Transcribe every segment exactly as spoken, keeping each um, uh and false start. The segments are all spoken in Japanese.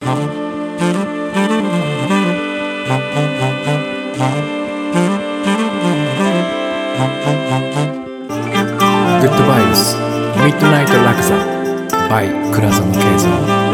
グッドバイブスミッドナイトラクザ by 倉園慶三。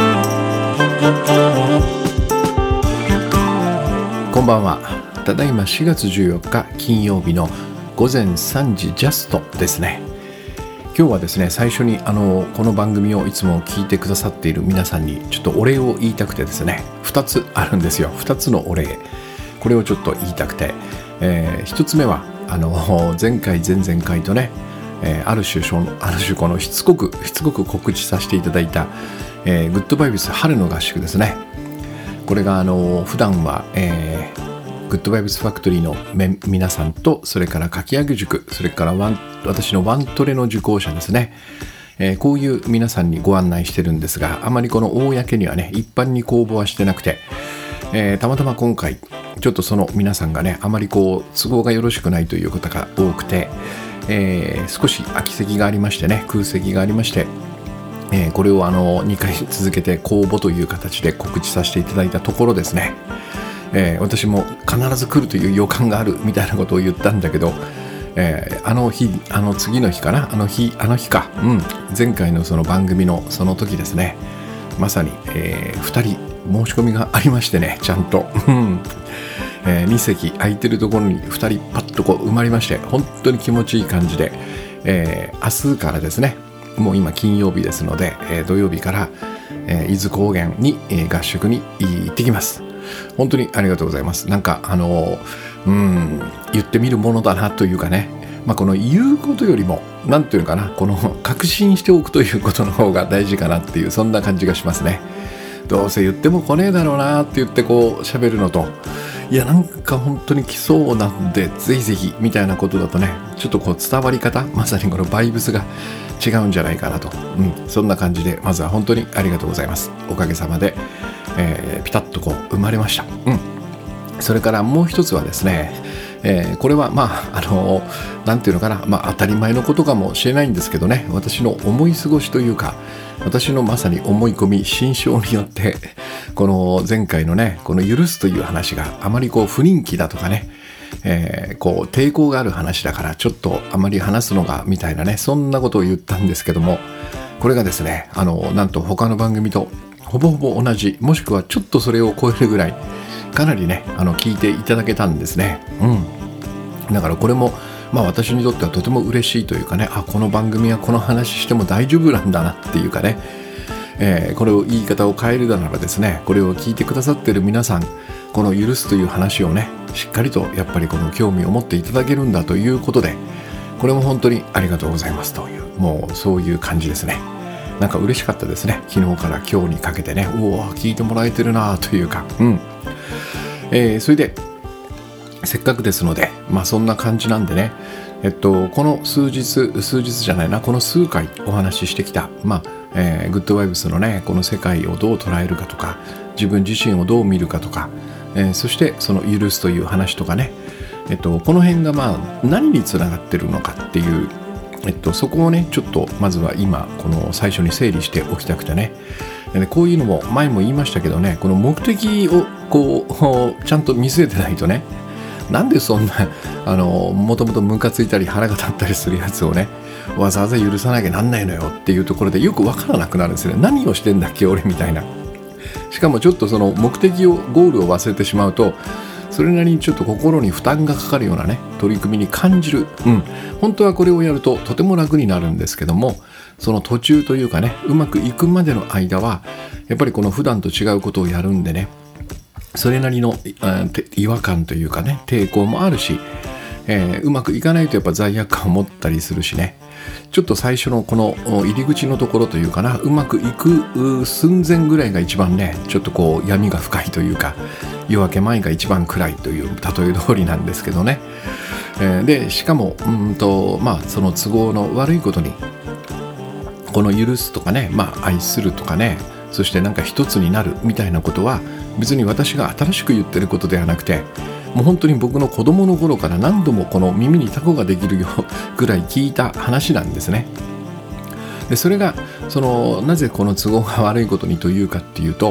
こんばんは。ただいましがつじゅうよっか金曜日の午前さんじジャストですね。今日はですね、最初にあのこの番組をいつも聞いてくださっている皆さんにちょっとお礼を言いたくてですね、ふたつあるんですよ。ふたつのお礼、これをちょっと言いたくて、えー、ひとつめはあの前回前々回とね、えー、ある種ある種このしつこくしつこく告知させていただいた、えー、グッドバイブス春の合宿ですね。これがあの普段は、えー、グッドバイブスファクトリーの皆さんと、それからかき上げ塾、それからワン私のワントレの受講者ですね、えー、こういう皆さんにご案内してるんですが、あまりこの公にはね一般に公募はしてなくて、えー、たまたま今回ちょっとその皆さんがねあまりこう都合がよろしくないという方が多くて、えー、少し空き席がありましてね空席がありまして、えー、これをあのにかい続けて公募という形で告知させていただいたところですね、えー、私も必ず来るという予感があるみたいなことを言ったんだけど、えー、あの日あの次の日かなあの日あの日か、うん、前回のその番組のその時ですね、まさに、えー、ふたり申し込みがありましてね、ちゃんと、えー、に席空いてるところにふたりパッとこう埋まりまして、本当に気持ちいい感じで、えー、明日からですね、もう今金曜日ですので、えー、土曜日から、えー、伊豆高原に、えー、合宿に行ってきます。本当にありがとうございます。なんかあのー、うん言ってみるものだなというかね、まあ、この言うことよりもなんていうのかな、この確信しておくということの方が大事かなっていう、そんな感じがしますね。どうせ言っても来ねえだろうなって言ってこう喋るのと、いやなんか本当に来そうなんでぜひぜひみたいなことだとね、ちょっとこう伝わり方、まさにこのバイブスが違うんじゃないかなと、うん、そんな感じでまずは本当にありがとうございます。おかげさまで、えー、ピタッとこう生まれました。うん。それからもう一つはですね、えー、これはまああのなんていうのかな、まあ当たり前のことかもしれないんですけどね、私の思い過ごしというか、私のまさに思い込み心象によってこの前回のねこの許すという話があまりこう不人気だとかね、えー、こう抵抗がある話だからちょっとあまり話すのがみたいなね、そんなことを言ったんですけども、これがですねあのなんと他の番組とほぼほぼ同じ、もしくはちょっとそれを超えるぐらいかなりねあの聞いていただけたんですね。うん。だからこれもまあ私にとってはとても嬉しいというかね、あこの番組はこの話しても大丈夫なんだなっていうかね、えー、これを言い方を変えるならばですね、これを聞いてくださっている皆さん、この許すという話をねしっかりとやっぱりこの興味を持っていただけるんだということで、これも本当にありがとうございますという、もうそういう感じですね。なんか嬉しかったですね。昨日から今日にかけてね、おお聞いてもらえてるなというか、うん、えー、それでせっかくですので、まあそんな感じなんでね、えっとこの数日数日じゃないなこの数回お話ししてきた、まあ、えー、グッドバイブスのねこの世界をどう捉えるかとか、自分自身をどう見るかとか、えー、そしてその許すという話とかね、えっとこの辺がまあ何につながってるのかっていう、えっとそこをねちょっとまずは今この最初に整理しておきたくてね。でこういうのも前も言いましたけどね、この目的をこうちゃんと見据えてないとね、なんでそんなあのもともとムカついたり腹が立ったりするやつをねわざわざ許さなきゃなんないのよっていうところでよくわからなくなるんですよね。何をしてんだっけ俺みたいな。しかもちょっとその目的をゴールを忘れてしまうと、それなりにちょっと心に負担がかかるようなね取り組みに感じる、うん、本当はこれをやるととても楽になるんですけども、その途中というかねうまくいくまでの間はやっぱりこの普段と違うことをやるんでね、それなりの違和感というかね抵抗もあるし、えー、うまくいかないとやっぱ罪悪感を持ったりするしね、ちょっと最初のこの入り口のところというかな、うまくいく寸前ぐらいが一番ねちょっとこう闇が深いというか、夜明け前が一番暗いという例え通りなんですけどね、えー、でしかもうんとまあその都合の悪いことにこの許すとかね、まあ愛するとかね、そしてなんか一つになるみたいなことは別に私が新しく言ってることではなくて、もう本当に僕の子供の頃から何度もこの耳にタコができるよぐらい聞いた話なんですね。でそれがそのなぜこの都合が悪いことにというかっていうと、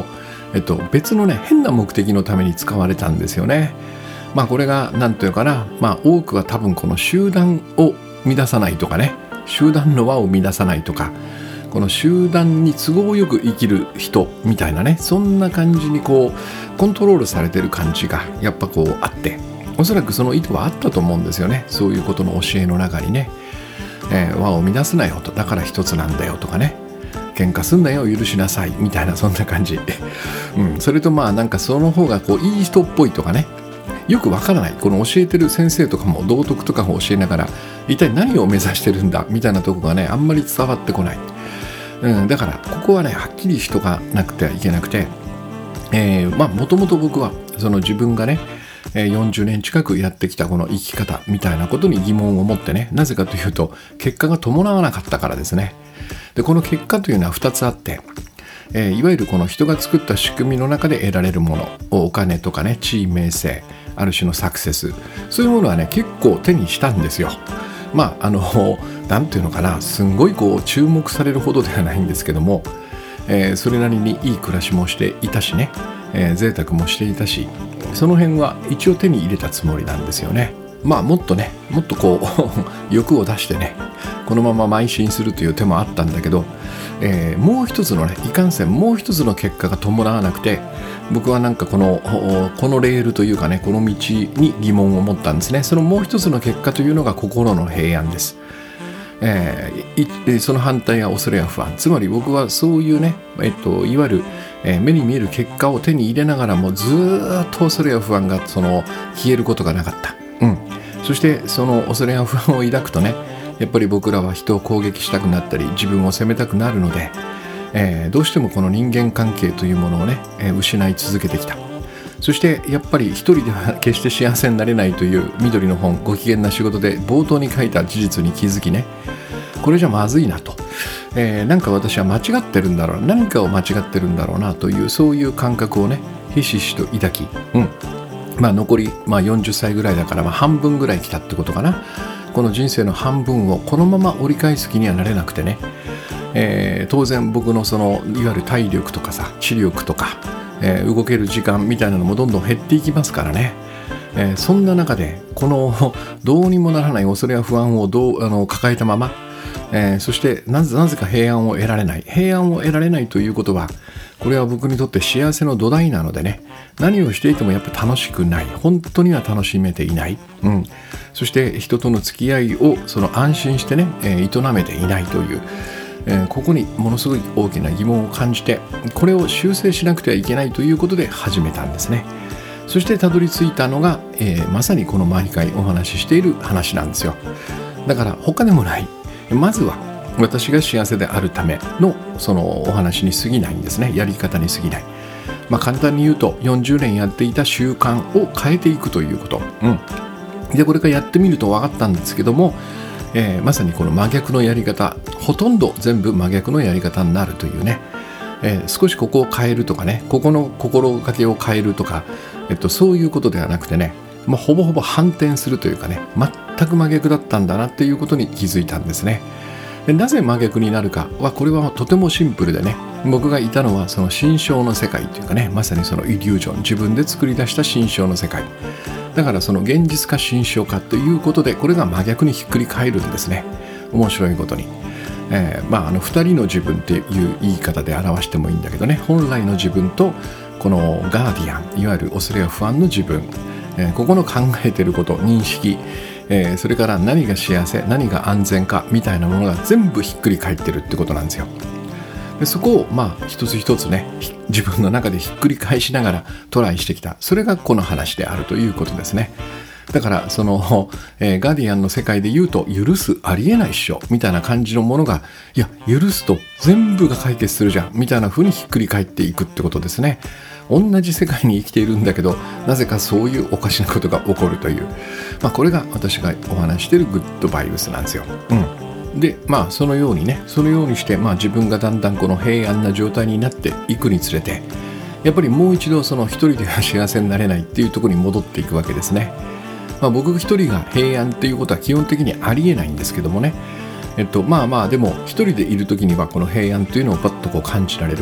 えっと、別のね変な目的のために使われたんですよね。まあこれが何ていうかな、まあ多くは多分この集団を乱さないとかね、集団の輪を乱さないとか、この集団に都合よく生きる人みたいなね、そんな感じにこうコントロールされてる感じがやっぱこうあって、おそらくその意図はあったと思うんですよね。そういうことの教えの中にね、えー、輪を乱すなよと、だから一つなんだよとかね、喧嘩すんなよ許しなさいみたいな、そんな感じ、うん、それとまあなんかその方がこういい人っぽいとかね、よくわからない、この教えてる先生とかも道徳とかを教えながら一体何を目指してるんだみたいなとこがねあんまり伝わってこない、うん、だからここはねはっきりしとかなくてはいけなくて、えー、まあもともと僕はその自分がねよんじゅうねん近くやってきたこの生き方みたいなことに疑問を持ってね、なぜかというと結果が伴わなかったからですね。でこの結果というのはふたつあって、えー、いわゆるこの人が作った仕組みの中で得られるもの、お金とかね、地位名声、ある種のサクセス、そういうものはね結構手にしたんですよ。まああのなんていうのかな、すんごいこう注目されるほどではないんですけども、えー、それなりにいい暮らしもしていたしね、えー、贅沢もしていたし、その辺は一応手に入れたつもりなんですよね。まあもっとねもっとこう欲を出してねこのまま邁進するという手もあったんだけど、えー、もう一つのねいかんせんもう一つの結果が伴わなくて、僕はなんかこのこのレールというかね、この道に疑問を持ったんですね。そのもう一つの結果というのが心の平安です。えー、いその反対は恐れや不安。つまり僕はそういうね、えっと、いわゆる、えー、目に見える結果を手に入れながらもずっと恐れや不安がその消えることがなかった、うん、そしてその恐れや不安を抱くとね、やっぱり僕らは人を攻撃したくなったり自分を責めたくなるので、えー、どうしてもこの人間関係というものをね、えー、失い続けてきた。そしてやっぱり一人では決して幸せになれないという緑の本、ご機嫌な仕事で冒頭に書いた事実に気づきね、これじゃまずいなと、えー、なんか私は間違ってるんだろう、何かを間違ってるんだろうなという、そういう感覚をねひしひしと抱き、うんまあ、残り、まあ、よんじゅっさいぐらいだから、まあ、半分ぐらい来たってことかな。この人生の半分をこのまま折り返す気にはなれなくてね、えー、当然僕のそのいわゆる体力とかさ、知力とか、えー、動ける時間みたいなのもどんどん減っていきますからね、えー、そんな中でこのどうにもならない恐れや不安をどうあの抱えたまま、えー、そしてなぜなぜか平安を得られない平安を得られないということは、これは僕にとって幸せの土台なのでね、何をしていてもやっぱ楽しくない、本当には楽しめていない、うん、そして人との付き合いをその安心してね、えー、営めていないという、えー、ここにものすごい大きな疑問を感じて、これを修正しなくてはいけないということで始めたんですね。そしてたどり着いたのが、えー、まさにこの毎回お話ししている話なんですよ。だから他でもない、まずは私が幸せであるためのそのお話に過ぎないんですね。やり方に過ぎない。まあ簡単に言うとよんじゅうねんやっていた習慣を変えていくということ、うん、でこれからやってみると分かったんですけども、えー、まさにこの真逆のやり方、ほとんど全部真逆のやり方になるというね、えー、少しここを変えるとかね、ここの心がけを変えるとか、えっと、そういうことではなくてね、まあ、ほぼほぼ反転するというかね、全く真逆だったんだなっていうことに気づいたんですね。でなぜ真逆になるかは、これはとてもシンプルでね、僕がいたのはその心象の世界というかね、まさにそのイリュージョン、自分で作り出した心象の世界だから、その現実か心象かということで、これが真逆にひっくり返るんですね。面白いことに、えー、まああのふたりの自分っていう言い方で表してもいいんだけどね、本来の自分とこのガーディアン、いわゆる恐れや不安の自分、えー、ここの考えていること、認識、えー、それから何が幸せ、何が安全かみたいなものが全部ひっくり返ってるってことなんですよ。でそこをまあ一つ一つね、自分の中でひっくり返しながらトライしてきた、それがこの話であるということですね。だからその、えー、ガーディアンの世界で言うと、許すありえないっしょみたいな感じのものが、いや許すと全部が解決するじゃんみたいな風にひっくり返っていくってことですね。同じ世界に生きているんだけど、なぜかそういうおかしなことが起こるという、まあ、これが私がお話しているグッドバイブスなんですよ、うん、でまあそのようにね、そのようにして、まあ、自分がだんだんこの平安な状態になっていくにつれて、やっぱりもう一度その一人では幸せになれないっていうところに戻っていくわけですね。まあ、僕一人が平安っていうことは基本的にありえないんですけどもね、えっと、まあまあでも一人でいる時にはこの平安というのをパッとこう感じられる。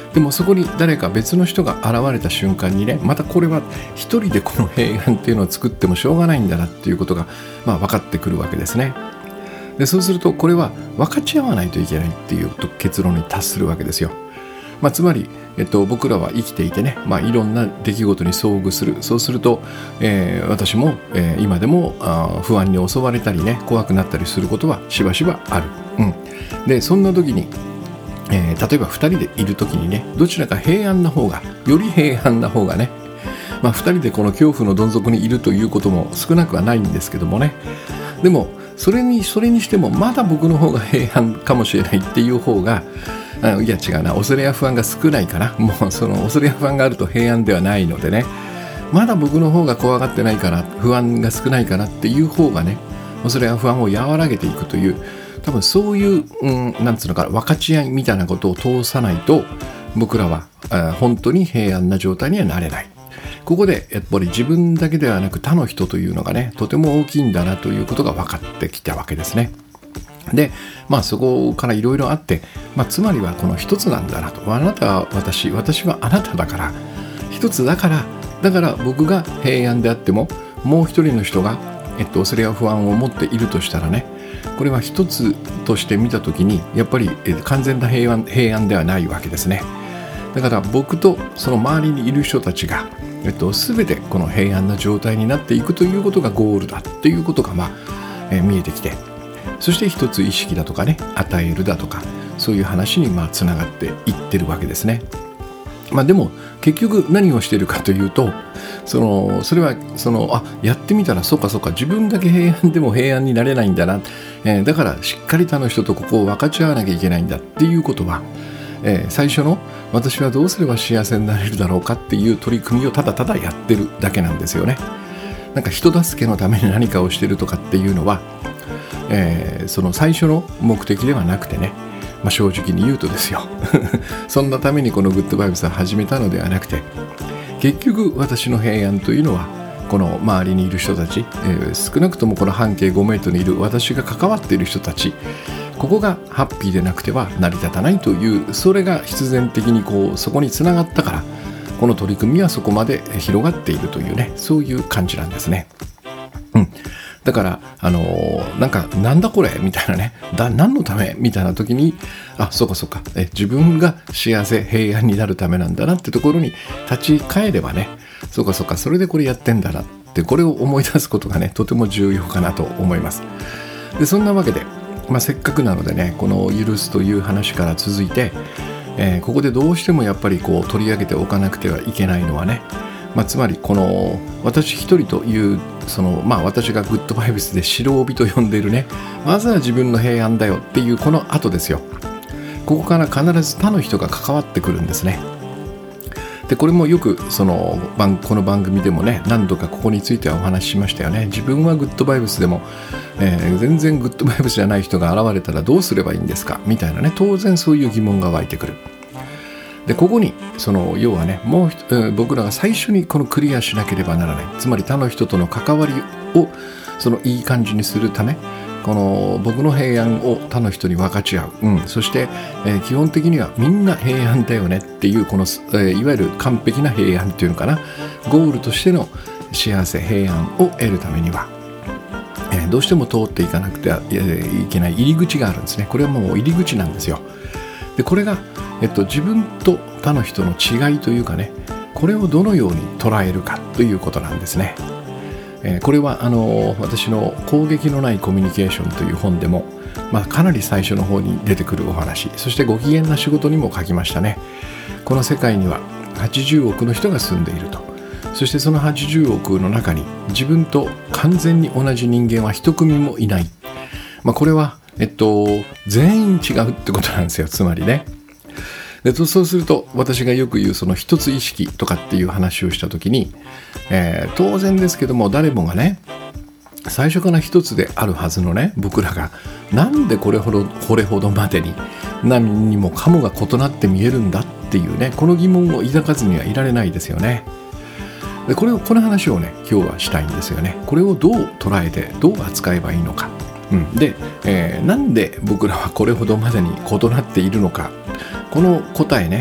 でもそこに誰か別の人が現れた瞬間にね、またこれは一人でこの平安っていうのを作ってもしょうがないんだなっていうことが、まあ、分かってくるわけですね。でそうするとこれは分かち合わないといけないっていう結論に達するわけですよ。まあ、つまり、えっと、僕らは生きていてね、まあ、いろんな出来事に遭遇する。そうすると、えー、私も、えー、今でもあ不安に襲われたりね、怖くなったりすることはしばしばある。うん、でそんな時に、えー、例えばふたりでいる時にね、どちらか平安な方が、より平安な方がね、まあ、ふたりでこの恐怖のどん底にいるということも少なくはないんですけどもね。でもそれにそれにしてもまだ僕の方が平安かもしれないっていう方が、あいや違うな、恐れや不安が少ないかな。もうその恐れや不安があると平安ではないのでね、まだ僕の方が怖がってないから、不安が少ないかなっていう方がね、恐れや不安を和らげていくという、多分そういう、うん、なんつうのかな、分かち合いみたいなことを通さないと僕らはあ本当に平安な状態にはなれない。ここでやっぱり自分だけではなく他の人というのがね、とても大きいんだなということが分かってきたわけですね。で、まあそこからいろいろあって、まあ、つまりはこの一つなんだなと。あなたは私、私はあなただから、一つだから、だから僕が平安であっても、もう一人の人が、えっと、恐れや不安を持っているとしたらね、これは一つとして見たときに、やっぱり完全な平安、平安ではないわけですね。だから僕とその周りにいる人たちが、えっと、全てこの平安な状態になっていくということがゴールだっていうことが、まあえー、見えてきて、そして一つ意識だとかね、与えるだとか、そういう話にまあつながっていってるわけですね。まあでも結局何をしているかというと、そのそれはそのあやってみたらそうかそうか、自分だけ平安でも平安になれないんだな、えー、だからしっかり他の人とここを分かち合わなきゃいけないんだっていうことは、えー、最初の私はどうすれば幸せになれるだろうかっていう取り組みをただただやってるだけなんですよね。なんか人助けのために何かをしてるとかっていうのは、えー、その最初の目的ではなくてね、まあ、正直に言うとですよそんなためにこのグッドバイブスを始めたのではなくて、結局私の平安というのはこの周りにいる人たち、えー、少なくともこの半径ごメートルにいる私が関わっている人たち、ここがハッピーでなくては成り立たないという、それが必然的にこうそこにつながったから、この取り組みはそこまで広がっているというね、そういう感じなんですね。うん、だからあのー、なんかなんだこれみたいなね、だ何のためみたいな時に、あそうかそうか、え自分が幸せ平安になるためなんだなってところに立ち返ればね、そうかそうか、それでこれやってんだなって、これを思い出すことがね、とても重要かなと思います。でそんなわけで、まあ、せっかくなのでね、この許すという話から続いて、えー、ここでどうしてもやっぱりこう取り上げておかなくてはいけないのはね、まあ、つまりこの私一人というその、まあ、私がグッドバイブスで白帯と呼んでいるね、まずは自分の平安だよっていうこの後ですよ。ここから必ず他の人が関わってくるんですね。でこれもよくそのこの番組でもね、何度かここについてはお話ししましたよね。自分はグッドバイブスでも、えー、全然グッドバイブスじゃない人が現れたらどうすればいいんですかみたいなね、当然そういう疑問が湧いてくる。でここにその要はね、もう、えー、僕らが最初にこのクリアしなければならない、つまり他の人との関わりをそのいい感じにするため、この僕の平安を他の人に分かち合う、うん、そして、えー、基本的にはみんな平安だよねっていうこの、えー、いわゆる完璧な平安っていうのかな、ゴールとしての幸せ平安を得るためには、えー、どうしても通っていかなくてはいけない入り口があるんですね。これはもう入り口なんですよ。でこれが、えっと、自分と他の人の違いというかね、これをどのように捉えるかということなんですね。えー、これはあのー、私の攻撃のないコミュニケーションという本でも、まあ、かなり最初の方に出てくるお話、そしてご機嫌な仕事にも書きましたね。この世界にははちじゅうおくの人が住んでいると。そしてそのはちじゅうおくの中に自分と完全に同じ人間は一組もいない。まあ、これは、えっと、全員違うってことなんですよ。つまりね。でそうすると私がよく言うその一つ意識とかっていう話をしたときに、えー、当然ですけども誰もがね、最初から一つであるはずのね僕らがなんでこれほどこれほどまでに何にもかもが異なって見えるんだっていうね、この疑問を抱かずにはいられないですよね。でこれをこの話をね今日はしたいんですよね。これをどう捉えてどう扱えばいいのか、うん、で、えー、なんで僕らはこれほどまでに異なっているのか、この答えね、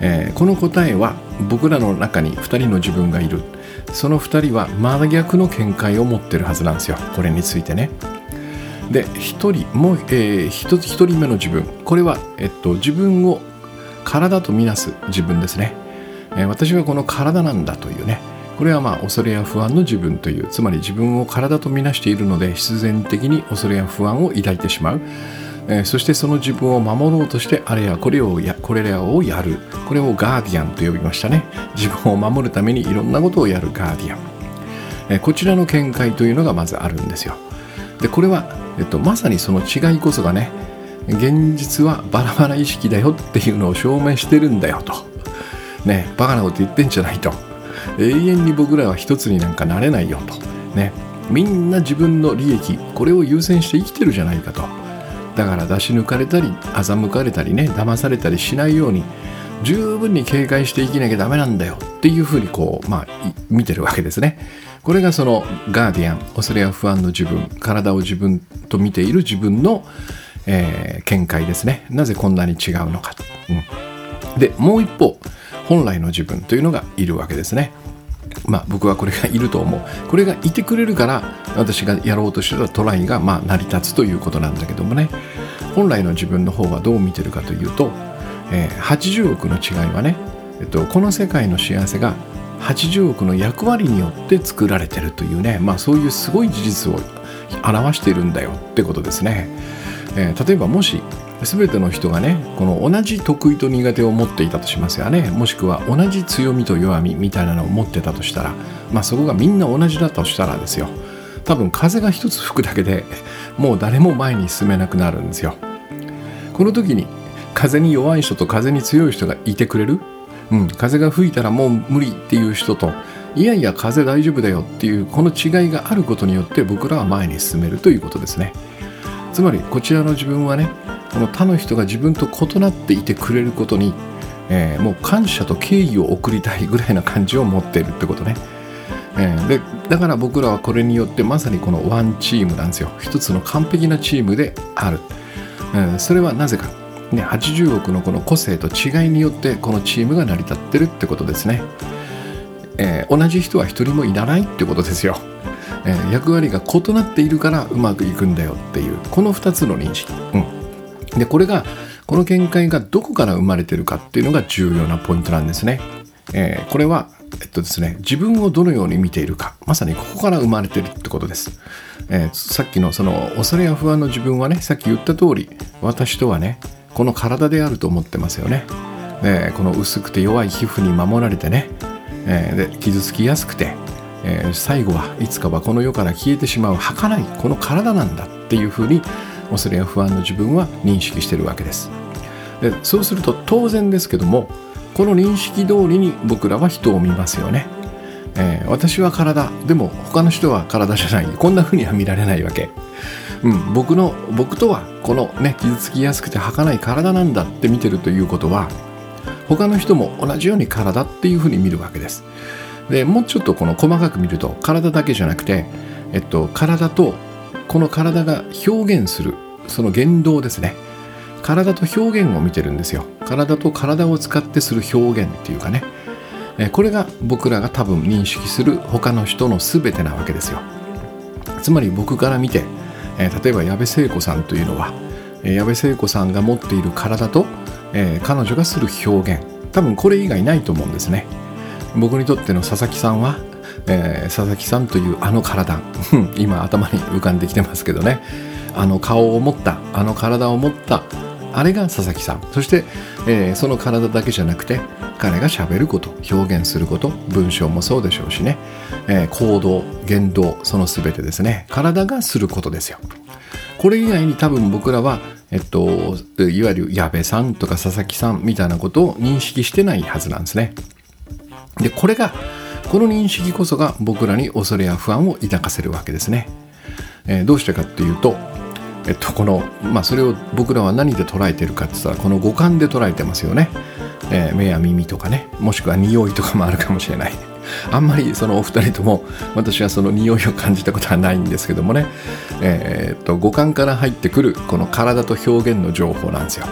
えー、この答えは僕らの中にふたりの自分がいる。そのふたりは真逆の見解を持ってるはずなんですよ、これについてね。でひとりもう、えー、ひとりめの自分、これは、えっと、自分を体とみなす自分ですね、えー、私はこの体なんだというね、これはまあ恐れや不安の自分という、つまり自分を体とみなしているので必然的に恐れや不安を抱いてしまう、えー、そしてその自分を守ろうとしてあれやこれをやこれらをやる。これをガーディアンと呼びましたね。自分を守るためにいろんなことをやるガーディアン、えー、こちらの見解というのがまずあるんですよ。でこれは、えっと、まさにその違いこそがね、現実はバラバラ意識だよっていうのを証明してるんだよとね、バカなこと言ってんじゃないと、永遠に僕らは一つになんかなれないよとね、みんな自分の利益、これを優先して生きてるじゃないかと。だから出し抜かれたり欺かれたりね、騙されたりしないように十分に警戒して生きなきゃダメなんだよっていうふうにこう、まあ、見てるわけですね。これがそのガーディアン、恐れや不安の自分、体を自分と見ている自分の、えー、見解ですね。なぜこんなに違うのか、うん、でもう一方本来の自分というのがいるわけですね。まあ僕はこれがいると思う。これがいてくれるから私がやろうとしてたトライがまあ成り立つということなんだけどもね、本来の自分の方はどう見てるかというと、えー、はちじゅうおくの違いはね、えっと、この世界の幸せがはちじゅうおくの役割によって作られてるというね、まあそういうすごい事実を表しているんだよってことですね。えー、例えばもし全ての人がね、この同じ得意と苦手を持っていたとしますよね。もしくは同じ強みと弱みみたいなのを持ってたとしたら、まあそこがみんな同じだとしたらですよ、多分風が一つ吹くだけでもう誰も前に進めなくなるんですよ。この時に風に弱い人と風に強い人がいてくれる、うん、風が吹いたらもう無理っていう人と、いやいや風大丈夫だよっていうこの違いがあることによって僕らは前に進めるということですね。つまりこちらの自分はね、この他の人が自分と異なっていてくれることに、えー、もう感謝と敬意を送りたいぐらいな感じを持っているってことね。えー、でだから僕らはこれによってまさにこのワンチームなんですよ。一つの完璧なチームである、えー、それはなぜか、ね、はちじゅうおくのこの個性と違いによってこのチームが成り立ってるってことですね。えー、同じ人は一人もいらないってことですよ。えー、役割が異なっているからうまくいくんだよっていうこのふたつの認識、うん、でこれがこの見解がどこから生まれているかっていうのが重要なポイントなんですね。えー、これは、えっとですね、自分をどのように見ているか、まさにここから生まれているってことです。えー、さっきのその恐れや不安の自分はね、さっき言った通り私とはねこの体であると思ってますよね。えー、この薄くて弱い皮膚に守られてね、えー、で傷つきやすくて、えー、最後はいつかはこの世から消えてしまう儚いこの体なんだっていうふうに恐れや不安の自分は認識しているわけです。でそうすると当然ですけども、この認識通りに僕らは人を見ますよね。えー、私は体でも他の人は体じゃない、こんなふうには見られないわけ。うん、僕の僕とはこのね傷つきやすくて儚い体なんだって見てるということは、他の人も同じように体っていうふうに見るわけです。でもうちょっとこの細かく見ると体だけじゃなくて、えっと、体とこの体が表現するその言動ですね。体と表現を見てるんですよ。体と体を使ってする表現っていうかね、えこれが僕らが多分認識する他の人の全てなわけですよ。つまり僕から見て、え例えば矢部聖子さんというのは、え矢部聖子さんが持っている体と、え彼女がする表現、多分これ以外ないと思うんですね。僕にとっての佐々木さんは、えー、佐々木さんというあの体今頭に浮かんできてますけどね、あの顔を持ったあの体を持ったあれが佐々木さん。そして、えー、その体だけじゃなくて彼が喋ること、表現すること、文章もそうでしょうしね、えー、行動、言動、その全てですね、体がすることですよ。これ以外に多分僕らは、えっと、いわゆる矢部さんとか佐々木さんみたいなことを認識してないはずなんですね。でこれがこの認識こそが僕らに恐れや不安を抱かせるわけですね。えー、どうしてかっていうと、えっとこのまあそれを僕らは何で捉えているかって言ったら、この五感で捉えてますよね。えー、目や耳とかね、もしくは匂いとかもあるかもしれない。あんまりそのお二人とも私はその匂いを感じたことはないんですけどもね、えー、っと五感から入ってくるこの体と表現の情報なんですよ。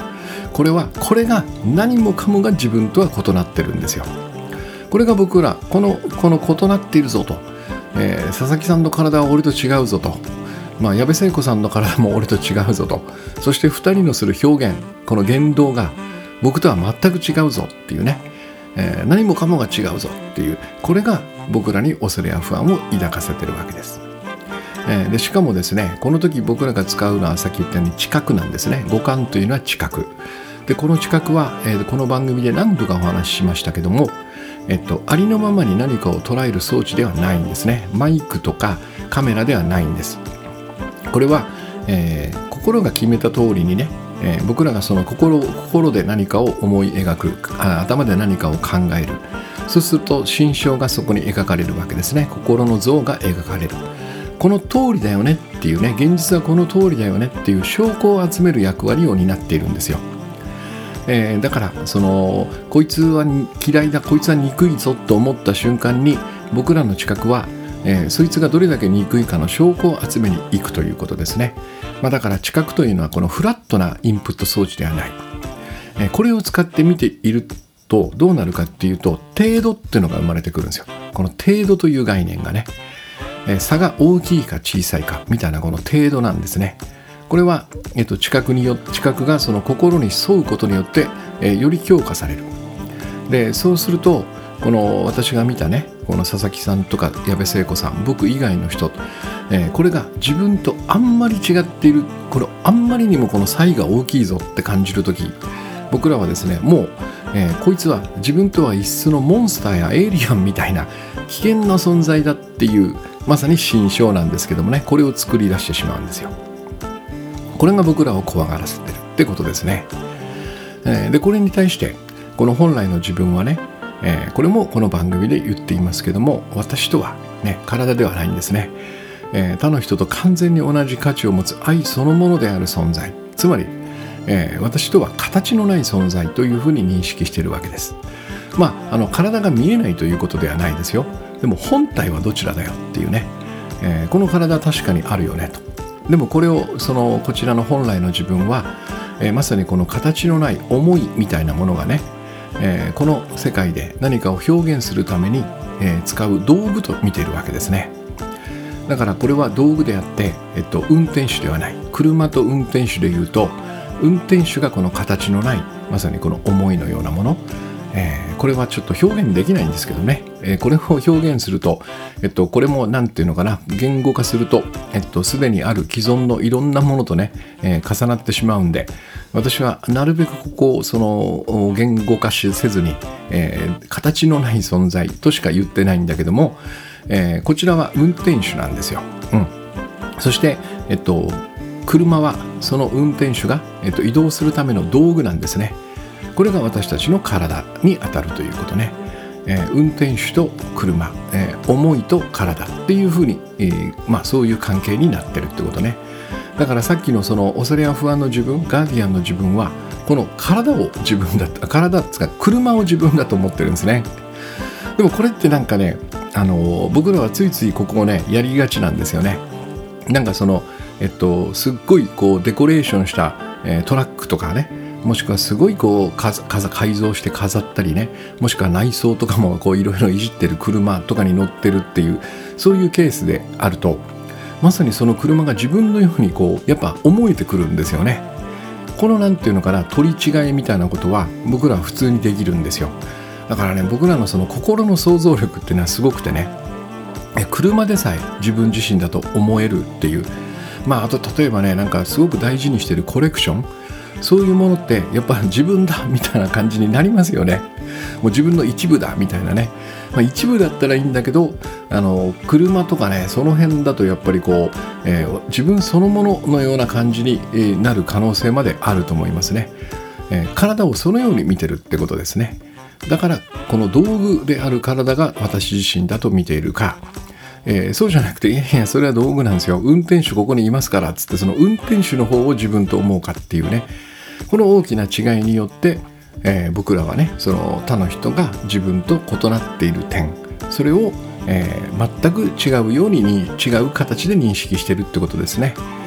これはこれが何もかもが自分とは異なってるんですよ。これが僕らこのこの異なっているぞと、えー、佐々木さんの体は俺と違うぞと、まあ、矢部聖子さんの体も俺と違うぞと、そしてふたりのする表現、この言動が僕とは全く違うぞっていうね、えー、何もかもが違うぞっていう、これが僕らに恐れや不安を抱かせてるわけです。えー、でしかもですね、この時僕らが使うのはさっき言ったように知覚なんですね。五感というのは知覚で、この知覚は、えー、この番組で何度かお話ししましたけども、えっと、ありのままに何かを捉える装置ではないんですね。マイクとかカメラではないんです。これは、えー、心が決めた通りにね、えー、僕らがその 心, 心で何かを思い描く、あ、頭で何かを考える。そうすると心象がそこに描かれるわけですね。心の像が描かれる。この通りだよねっていうね、現実はこの通りだよねっていう証拠を集める役割を担っているんですよ。えー、だからそのこいつは嫌いだ、こいつは憎いぞと思った瞬間に僕らの知覚は、えー、そいつがどれだけ憎いかの証拠を集めに行くということですね。まあ、だから知覚というのはこのフラットなインプット装置ではない、えー、これを使って見ているとどうなるかっていうと、程度っていうのが生まれてくるんですよ。この程度という概念がね、えー、差が大きいか小さいかみたいなこの程度なんですね。これは、えっと、知覚によ知覚がその心に沿うことによって、えー、より強化される。でそうするとこの私が見たね、この佐々木さんとか矢部聖子さん、僕以外の人、えー、これが自分とあんまり違っている、これあんまりにもこの差異が大きいぞって感じるとき、僕らはですね、もう、えー、こいつは自分とは一緒のモンスターやエイリアンみたいな危険な存在だっていう、まさに心象なんですけどもね、これを作り出してしまうんですよ。これが僕らを怖がらせてるってことですね。えー、でこれに対してこの本来の自分はね、えー、これもこの番組で言っていますけども、私とは、ね、体ではないんですね。えー、他の人と完全に同じ価値を持つ愛そのものである存在、つまり、えー、私とは形のない存在というふうに認識しているわけです。まあ、あの体が見えないということではないですよ。でも本体はどちらだよっていうね、えー、この体は確かにあるよねと。でもこれをそのこちらの本来の自分は、えー、まさにこの形のない思いみたいなものがね、えー、この世界で何かを表現するために、えー、使う道具と見ているわけですね。だからこれは道具であって、えっと、運転手ではない。車と運転手でいうと、運転手がこの形のないまさにこの思いのようなもの、えー、これはちょっと表現できないんですけどね、えー、これを表現すると、えっと、これもなんていうのかな、言語化すると、えっと、すでにある既存のいろんなものとね、えー、重なってしまうんで、私はなるべくここをその言語化せずに、えー、形のない存在としか言ってないんだけども、えー、こちらは運転手なんですよ。うん、そして、えっと、車はその運転手が、えっと、移動するための道具なんですね。これが私たちの体に当たるということね。えー、運転手と車、えー、思いと体っていうふうに、えーまあ、そういう関係になってるってことね。だからさっきのその恐れや不安の自分、ガーディアンの自分はこの体を自分だった体つか車を自分だと思ってるんですね。でもこれってなんかね、あのー、僕らはついついここをねやりがちなんですよね。なんかそのえっとすっごいこうデコレーションした、えー、トラックとかね、もしくはすごいこうかか改造して飾ったりね、もしくは内装とかもこういろいろいじってる車とかに乗ってるっていう、そういうケースであると、まさにその車が自分のようにこうやっぱ思えてくるんですよね。このなんていうのかな、取り違いみたいなことは僕らは普通にできるんですよ。だからね、僕らのその心の想像力っていうのはすごくてね、え車でさえ自分自身だと思えるっていう、まああと例えばね、なんかすごく大事にしてるコレクション、そういうものってやっぱ自分だみたいな感じになりますよね。もう自分の一部だみたいなね、まあ、一部だったらいいんだけど、あの車とかね、その辺だとやっぱりこう、えー、自分そのもののような感じに、えー、なる可能性まであると思いますね。えー、体をそのように見てるってことですね。だからこの道具である体が私自身だと見ているか、えー、そうじゃなくて、いやいやそれは道具なんですよ、運転手ここにいますからっつって、その運転手の方を自分と思うかっていうね、この大きな違いによって、えー、僕らはね、その他の人が自分と異なっている点、それを、えー、全く違うように違う形で認識しているってことですね。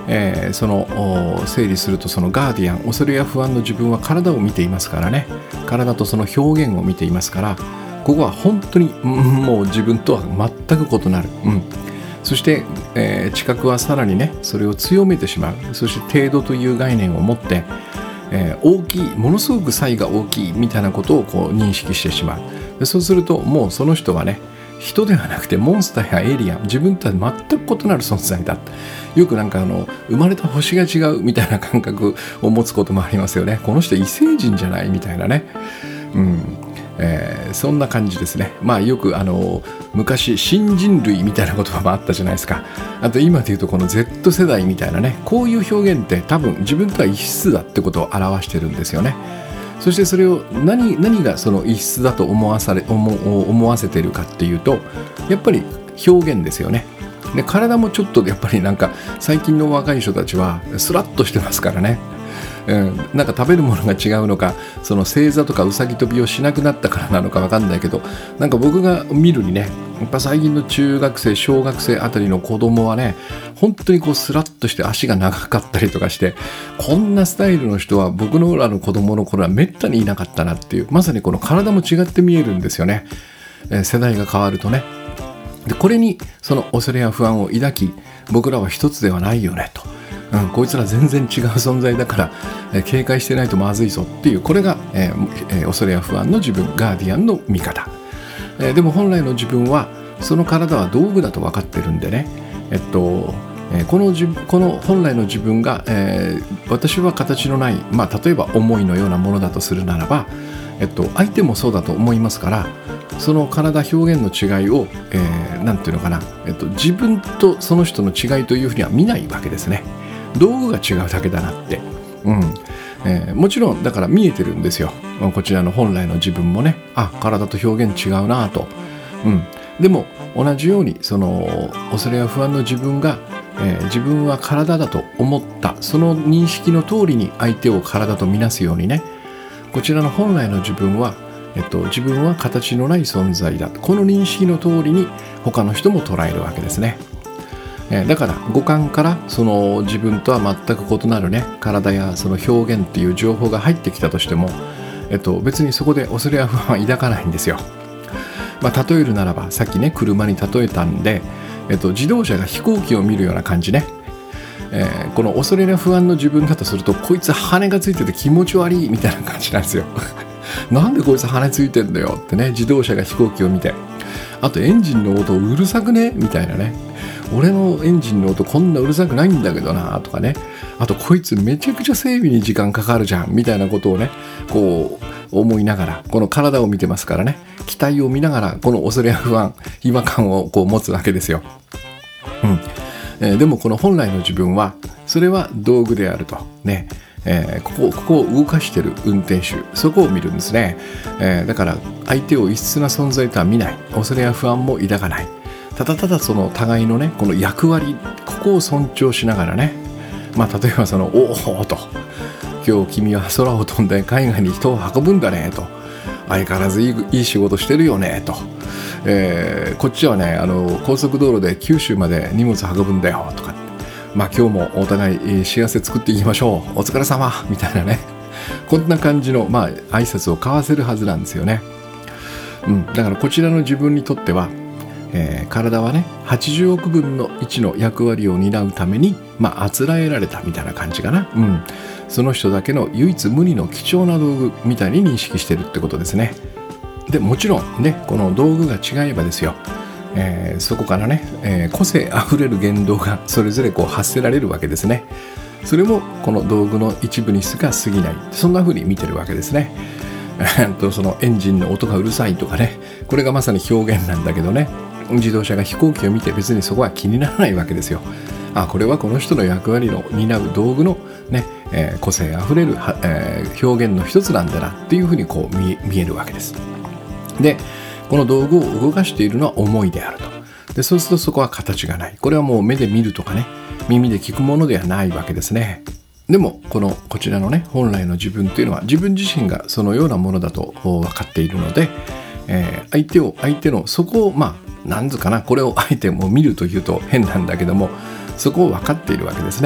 えー、その整理すると、そのガーディアン、恐れや不安の自分は体を見ていますからね、体とその表現を見ていますから、ここは本当に、うん、もう自分とは全く異なる、うん、そして、えー、知覚はさらにねそれを強めてしまう。そして程度という概念を持って、えー、大きい、ものすごく差異が大きいみたいなことをこう認識してしまう。でそうするともうその人はね、人ではなくてモンスターやエイリアン、自分とは全く異なる存在だ。よくなんかあの生まれた星が違うみたいな感覚を持つこともありますよね。この人異星人じゃないみたいなね、うんえー、そんな感じですね。まあよくあの昔新人類みたいな言葉もあったじゃないですか。あと今で言うとこの Z 世代みたいなね、こういう表現って多分自分とは異質だってことを表してるんですよね。そしてそれを 何, 何がその異質だと思わされ 思, 思わせてるかっていうと、やっぱり表現ですよね。で体もちょっとやっぱりなんか最近の若い人たちはスラッとしてますからね、うん、なんか食べるものが違うのか、その正座とかうさぎ跳びをしなくなったからなのか分かんないけど、なんか僕が見るにね、やっぱ最近の中学生小学生あたりの子供はね、本当にこうスラッとして足が長かったりとかして、こんなスタイルの人は僕のらの子供の頃はめったにいなかったなっていう、まさにこの体も違って見えるんですよね、えー、世代が変わるとね。でこれにその恐れや不安を抱き、僕らは一つではないよねと、うん、こいつら全然違う存在だから、えー、警戒してないとまずいぞっていう、これが、えーえー、恐れや不安の自分、ガーディアンの見方、えー、でも本来の自分はその体は道具だと分かってるんでね、えっとえー、この自この本来の自分が、えー、私は形のない、まあ、例えば思いのようなものだとするならば、えっと、相手もそうだと思いますから、その体表現の違いを、えー、なんていうのかな、えっと、自分とその人の違いというふうには見ないわけですね。道具が違うだけだなって、うんえー、もちろんだから見えてるんですよ、こちらの本来の自分もね。あ、体と表現違うなと、うん、でも同じようにその恐れや不安の自分が、えー、自分は体だと思ったその認識の通りに相手を体とみなすようにね、こちらの本来の自分は、えっと、自分は形のない存在だ、この認識の通りに他の人も捉えるわけですね。えー、だから五感からその自分とは全く異なるね、体やその表現っていう情報が入ってきたとしても、えっと、別にそこで恐れや不安は抱かないんですよ。まあ、例えるならばさっきね車に例えたんで、えっと、自動車が飛行機を見るような感じね。えー、この恐れや不安の自分だとすると、こいつ羽がついてて気持ち悪いみたいな感じなんですよなんでこいつ羽ついてんだよってね、自動車が飛行機を見て、あとエンジンの音うるさくねみたいなね、俺のエンジンの音こんなうるさくないんだけどなとかね、あとこいつめちゃくちゃ整備に時間かかるじゃんみたいなことをね、こう思いながら、この体を見てますからね、機体を見ながらこの恐れや不安、違和感をこう持つわけですよ。うんえー、でもこの本来の自分はそれは道具であるとね、えー、ここ、ここを動かしてる運転手、そこを見るんですね。えー、だから相手を異質な存在とは見ない、恐れや不安も抱かない、ただただその互いのねこの役割、ここを尊重しながらね、まあ例えばそのおおと、今日君は空を飛んで海外に人を運ぶんだねと、相変わらずいい、いい仕事してるよねと、えー、こっちはねあの高速道路で九州まで荷物運ぶんだよとか、まあ今日もお互い幸せ作っていきましょう、お疲れ様みたいなね、こんな感じのまあ挨拶を交わせるはずなんですよね。うん、だからこちらの自分にとっては、えー、体はねはちじゅうおくぶんのいちの役割を担うためにまああつらえられたみたいな感じかな。うん、その人だけの唯一無二の貴重な道具みたいに認識してるってことですね。でもちろんねこの道具が違えばですよ、えー、そこからね、えー、個性あふれる言動がそれぞれこう発せられるわけですね。それもこの道具の一部にしか過ぎない、そんな風に見てるわけですね。そのエンジンの音がうるさいとかね、これがまさに表現なんだけどね、自動車が飛行機を見て別にそこは気にならないわけですよ。あ、これはこの人の役割の担う道具の、ねえー、個性あふれる、えー、表現の一つなんだなっていうふうにこう 見, 見えるわけです。でこの道具を動かしているのは思いであると。でそうするとそこは形がない、これはもう目で見るとかね耳で聞くものではないわけですね。でもこのこちらのね本来の自分というのは自分自身がそのようなものだと分かっているので、えー、相手を相手のそこをまあ何図かな、これを相手も見るというと変なんだけども、そこを分かっているわけですね。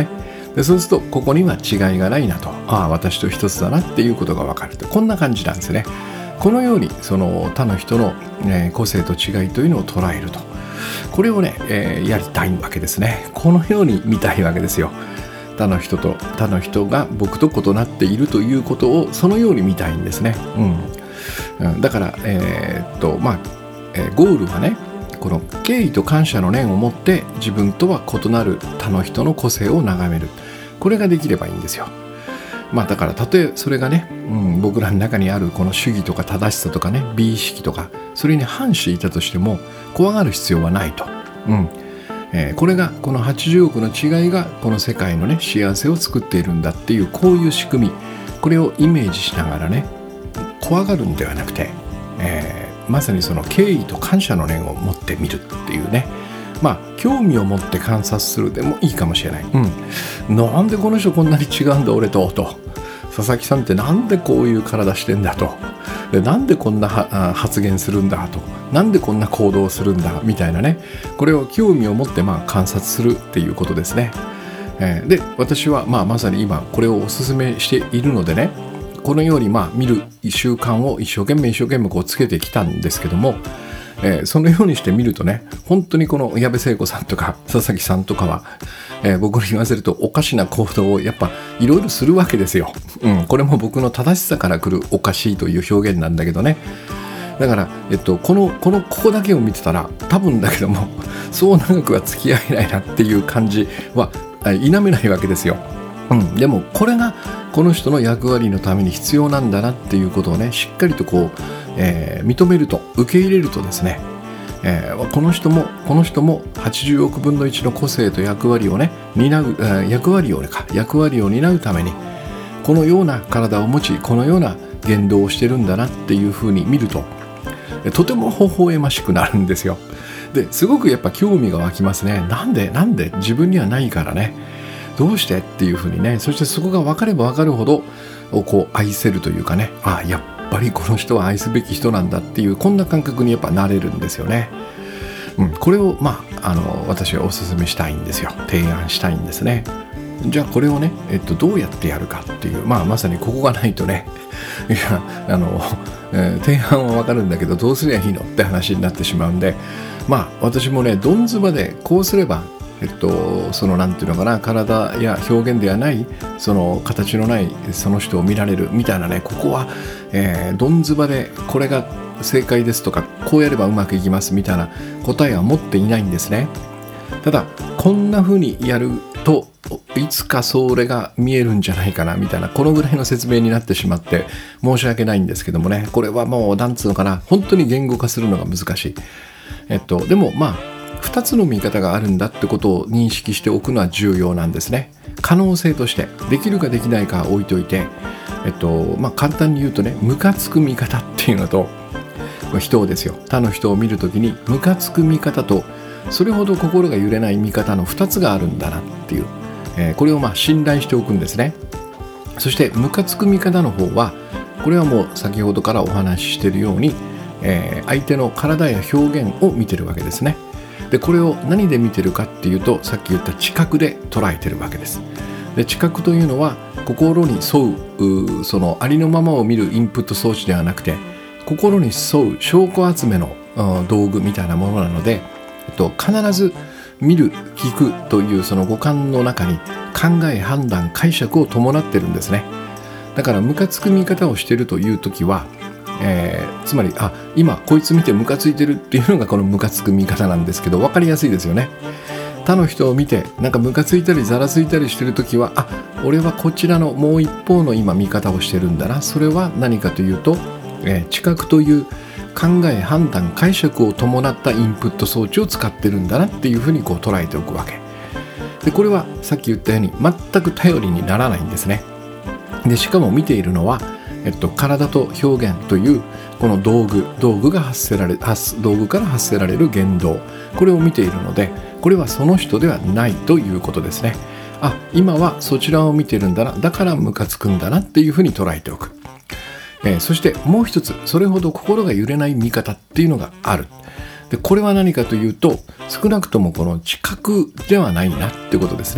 でそうするとここには違いがないなと、ああ私と一つだなっていうことが分かると、こんな感じなんですね。このようにその他の人の、えー、個性と違いというのを捉えると、これをね、えー、やりたいわけですね。このように見たいわけですよ。他の人と他の人が僕と異なっているということをそのように見たいんですね。うん、だから、えー、っとまあ、えー、ゴールはね、この敬意と感謝の念を持って自分とは異なる他の人の個性を眺める、これができればいいんですよ。まあだからたとえそれがね、うん、僕らの中にあるこの主義とか正しさとかね、美意識とかそれに反していたとしても怖がる必要はないと、うんえー、これがこのはちじゅうおくの違いがこの世界のね幸せを作っているんだっていう、こういう仕組み、これをイメージしながらね、怖がるんではなくて、えー、まさにその敬意と感謝の念を持ってみるっていうね、まあ興味を持って観察するでもいいかもしれない。うん、なんでこの人こんなに違うんだ俺とと、佐々木さんってなんでこういう体してんだと、でなんでこんな発言するんだと、なんでこんな行動をするんだみたいなね、これを興味を持ってまあ観察するっていうことですね。えー、で私はまあまさに今これをお勧めしているのでね、このようにまあ見る習慣を一生懸命一生懸命こうつけてきたんですけども、えー、そのようにして見るとね、本当にこの矢部聖子さんとか佐々木さんとかは、えー、僕に言わせるとおかしな行動をやっぱいろいろするわけですよ。うん、これも僕の正しさから来るおかしいという表現なんだけどね。だから、えっと、このこのここだけを見てたら多分だけどもそう長くは付き合えないなっていう感じは否めないわけですよ。うん、でもこれがこの人の役割のために必要なんだなっていうことをね、しっかりとこう、えー、認めると、受け入れるとですね、えー、この人もこの人もはちじゅうおくぶんのいちの個性と役割をね担う、えー、役割をねか役割を担うためにこのような体を持ち、このような言動をしてるんだなっていうふうに見ると、とても微笑ましくなるんですよ。ですごくやっぱ興味が湧きますね。なんでなんで自分にはないからね、どうしてっていうふうにね、そしてそこが分かれば分かるほどこう愛せるというかね、ああやっぱりこの人は愛すべき人なんだっていう、こんな感覚にやっぱなれるんですよね。うん、これをまああの私はお勧めしたいんですよ。提案したいんですね。じゃあこれをね、えっと、どうやってやるかっていう、まあまさにここがないとねいやあの、えー、提案は分かるんだけどどうすりゃいいのって話になってしまうんで、まあ私もねどんずばでこうすればえっとそのなんていうのかな、体や表現ではないその形のないその人を見られるみたいなね、ここは、えー、どんずばでこれが正解ですとかこうやればうまくいきますみたいな答えは持っていないんですね。ただこんな風にやるといつかそれが見えるんじゃないかなみたいな、このぐらいの説明になってしまって申し訳ないんですけどもね、これはもうなんつうのかな、本当に言語化するのが難しい。えっとでもまあふたつの見方があるんだってことを認識しておくのは重要なんですね。可能性としてできるかできないかは置いといて、えっとまあ簡単に言うとね、ムカつく見方っていうのと、人をですよ、他の人を見るときにムカつく見方とそれほど心が揺れない見方のふたつがあるんだなっていう、えー、これをまあ信頼しておくんですね。そしてムカつく見方の方は、これはもう先ほどからお話ししているように、えー、相手の体や表現を見てるわけですね。でこれを何で見てるかっていうと、さっき言った知覚で捉えてるわけです。で知覚というのは心に沿う、うそのありのままを見るインプット装置ではなくて、心に沿う証拠集めの道具みたいなものなので、えっと、必ず見る聞くというその五感の中に考え判断解釈を伴ってるんですね。だからムカつく見方をしているという時は、えー、つまりあ今こいつ見てムカついてるっていうのがこのムカつく見方なんですけど、分かりやすいですよね。他の人を見てなんかムカついたりザラついたりしてる時は、あ俺はこちらのもう一方の今見方をしてるんだな。それは何かというと、えー、知覚という考え判断解釈を伴ったインプット装置を使ってるんだなっていうふうにこう捉えておくわけで、これはさっき言ったように全く頼りにならないんですね。でしかも見ているのは、えっと、体と表現というこの道具道具が発せられ発道具から発せられる言動、これを見ているので、これはその人ではないということですね。あ今はそちらを見てるんだな、だからムカつくんだなっていうふうに捉えておく。えー、そしてもう一つ、それほど心が揺れない見方っていうのがある。でこれは何かというと、少なくともこの知覚ではないなってことですね。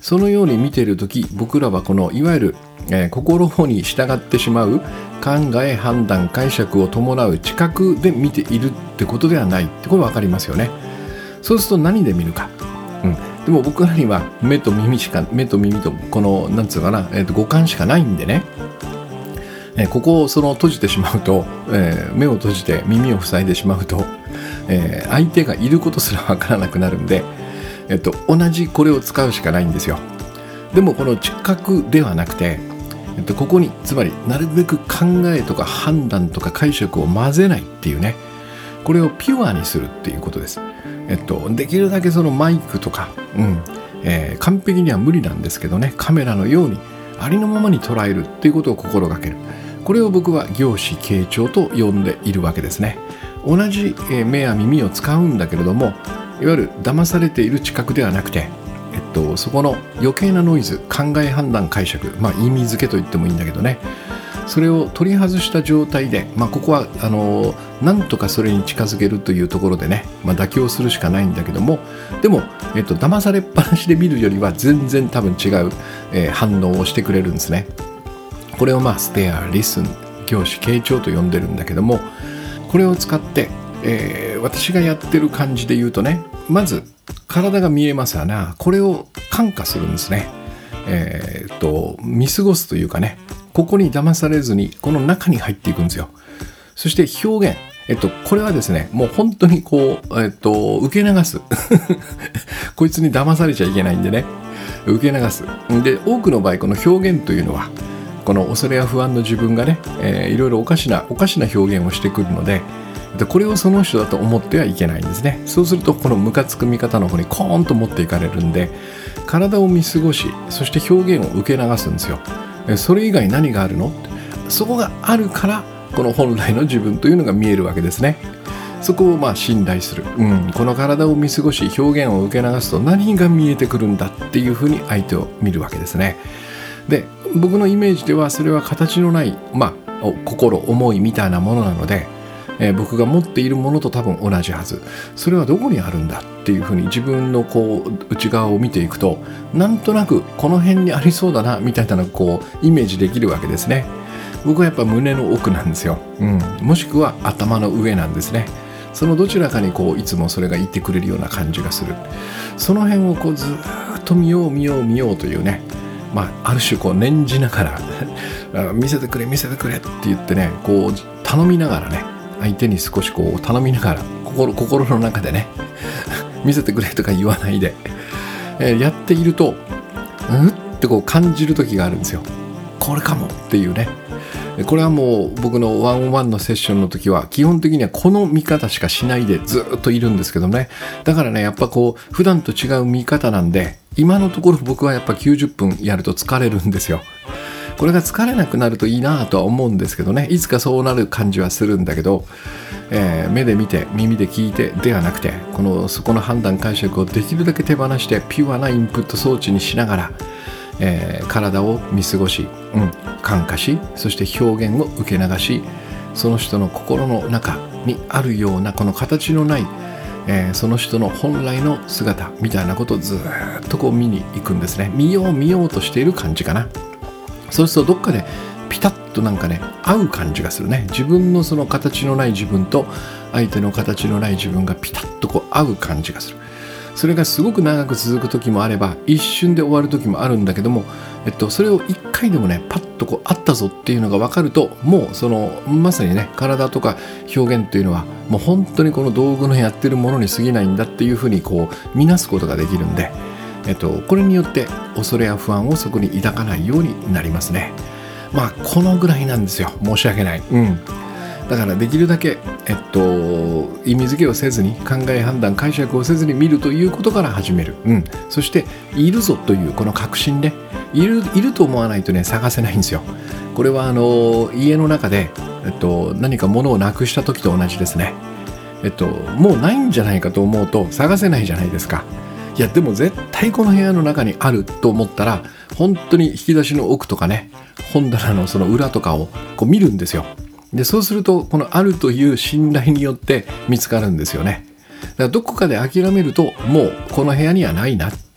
そのように見ているとき、僕らはこのいわゆる、えー、心に従ってしまう考え、判断、解釈を伴う知覚で見ているってことではないってこれ分かりますよね。そうすると何で見るか、うん、でも僕らには目と耳しか目と耳とこのなんつうかな、えー、と五感しかないんでね、えー、ここをその閉じてしまうと、えー、目を閉じて耳を塞いでしまうと、えー、相手がいることすら分からなくなるんで、えー、と同じこれを使うしかないんですよ。でもこの知覚ではなくて、えっと、ここにつまりなるべく考えとか判断とか解釈を混ぜないっていうね、これをピュアにするっていうことです。えっと、できるだけそのマイクとか、うんえー、完璧には無理なんですけどね、カメラのようにありのままに捉えるっていうことを心がける。これを僕は凝視傾聴と呼んでいるわけですね。同じ、えー、目や耳を使うんだけれども、いわゆる騙されている知覚ではなくて、えっと、そこの余計なノイズ、考え、判断、解釈、まあ、意味付けと言ってもいいんだけどね、それを取り外した状態で、まあ、ここはあのなんとかそれに近づけるというところでね、まあ、妥協するしかないんだけども、でも、えっと、騙されっぱなしで見るよりは全然多分違う、えー、反応をしてくれるんですね。これをまあステア、リスン、凝視、傾聴と呼んでるんだけども、これを使って、えー、私がやってる感じで言うとね、まず体が見えますわな、これを感化するんですね。えー、っと見過ごすというかね、ここに騙されずにこの中に入っていくんですよ。そして表現、えっとこれはですね、もう本当にこう、えっと受け流すこいつに騙されちゃいけないんでね、受け流す。で、多くの場合この表現というのはこの恐れや不安の自分がね、えー、いろいろおかしなおかしな表現をしてくるので、これをその人だと思ってはいけないんですね。そうするとこのムカつく見方の方にコーンと持っていかれるんで、体を見過ごし、そして表現を受け流すんですよ。それ以外何があるの？そこがあるからこの本来の自分というのが見えるわけですね。そこをまあ信頼する、うん、この体を見過ごし表現を受け流すと何が見えてくるんだっていうふうに相手を見るわけですね。で、僕のイメージではそれは形のない、まあ、心、思いみたいなものなので、えー、僕が持っているものと多分同じはず。それはどこにあるんだっていうふうに自分のこう内側を見ていくと、なんとなくこの辺にありそうだなみたいなのをこうイメージできるわけですね。僕はやっぱ胸の奥なんですよ、うん、もしくは頭の上なんですね。そのどちらかにこういつもそれが言ってくれるような感じがする。その辺をこうずっと見よう見よう見ようというね、まあ、ある種こう念じながら見せてくれ見せてくれって言ってね、こう頼みながらね、相手に少しこう頼みながら 心, 心の中でね見せてくれとか言わないで、えー、やっているとうんってこう感じる時があるんですよ。これかもっていうね。これはもう僕のワンオンワンのセッションの時は基本的にはこの見方しかしないでずっといるんですけどね。だからね、やっぱこう普段と違う見方なんで、今のところ僕はやっぱきゅうじゅっぷんやると疲れるんですよ。これが疲れなくなるといいなとは思うんですけどね、いつかそうなる感じはするんだけど、えー、目で見て耳で聞いてではなくて、このそこの判断解釈をできるだけ手放してピュアなインプット装置にしながら、えー、体を見過ごし、うん、感化し、そして表現を受け流し、その人の心の中にあるようなこの形のない、えー、その人の本来の姿みたいなことをずっとこう見に行くんですね。見よう見ようとしている感じかな。そうするとどっかでピタッとなんかね合う感じがするね。自分のその形のない自分と相手の形のない自分がピタッとこう合う感じがする。それがすごく長く続く時もあれば一瞬で終わる時もあるんだけども、えっと、それを一回でもねパッとこうあったぞっていうのが分かると、もうそのまさにね体とか表現っていうのはもう本当にこの道具のやってるものに過ぎないんだっていうふうにこう見なすことができるんで、えっと、これによって恐れや不安をそこに抱かないようになりますね。まあこのぐらいなんですよ。申し訳ない。うん。だからできるだけ、えっと、意味付けをせずに考え判断解釈をせずに見るということから始める、うん、そしているぞというこの確信ね、いる、いると思わないとね探せないんですよ。これはあの家の中で、えっと、何か物をなくした時と同じですね。えっと、もうないんじゃないかと思うと探せないじゃないですか。いやでも絶対この部屋の中にあると思ったら本当に引き出しの奥とかね、本棚のその裏とかをこう見るんですよ。でそうするとこのあるという信頼によって見つかるんですよね。だからどこかで諦めるともうこの部屋にはないなって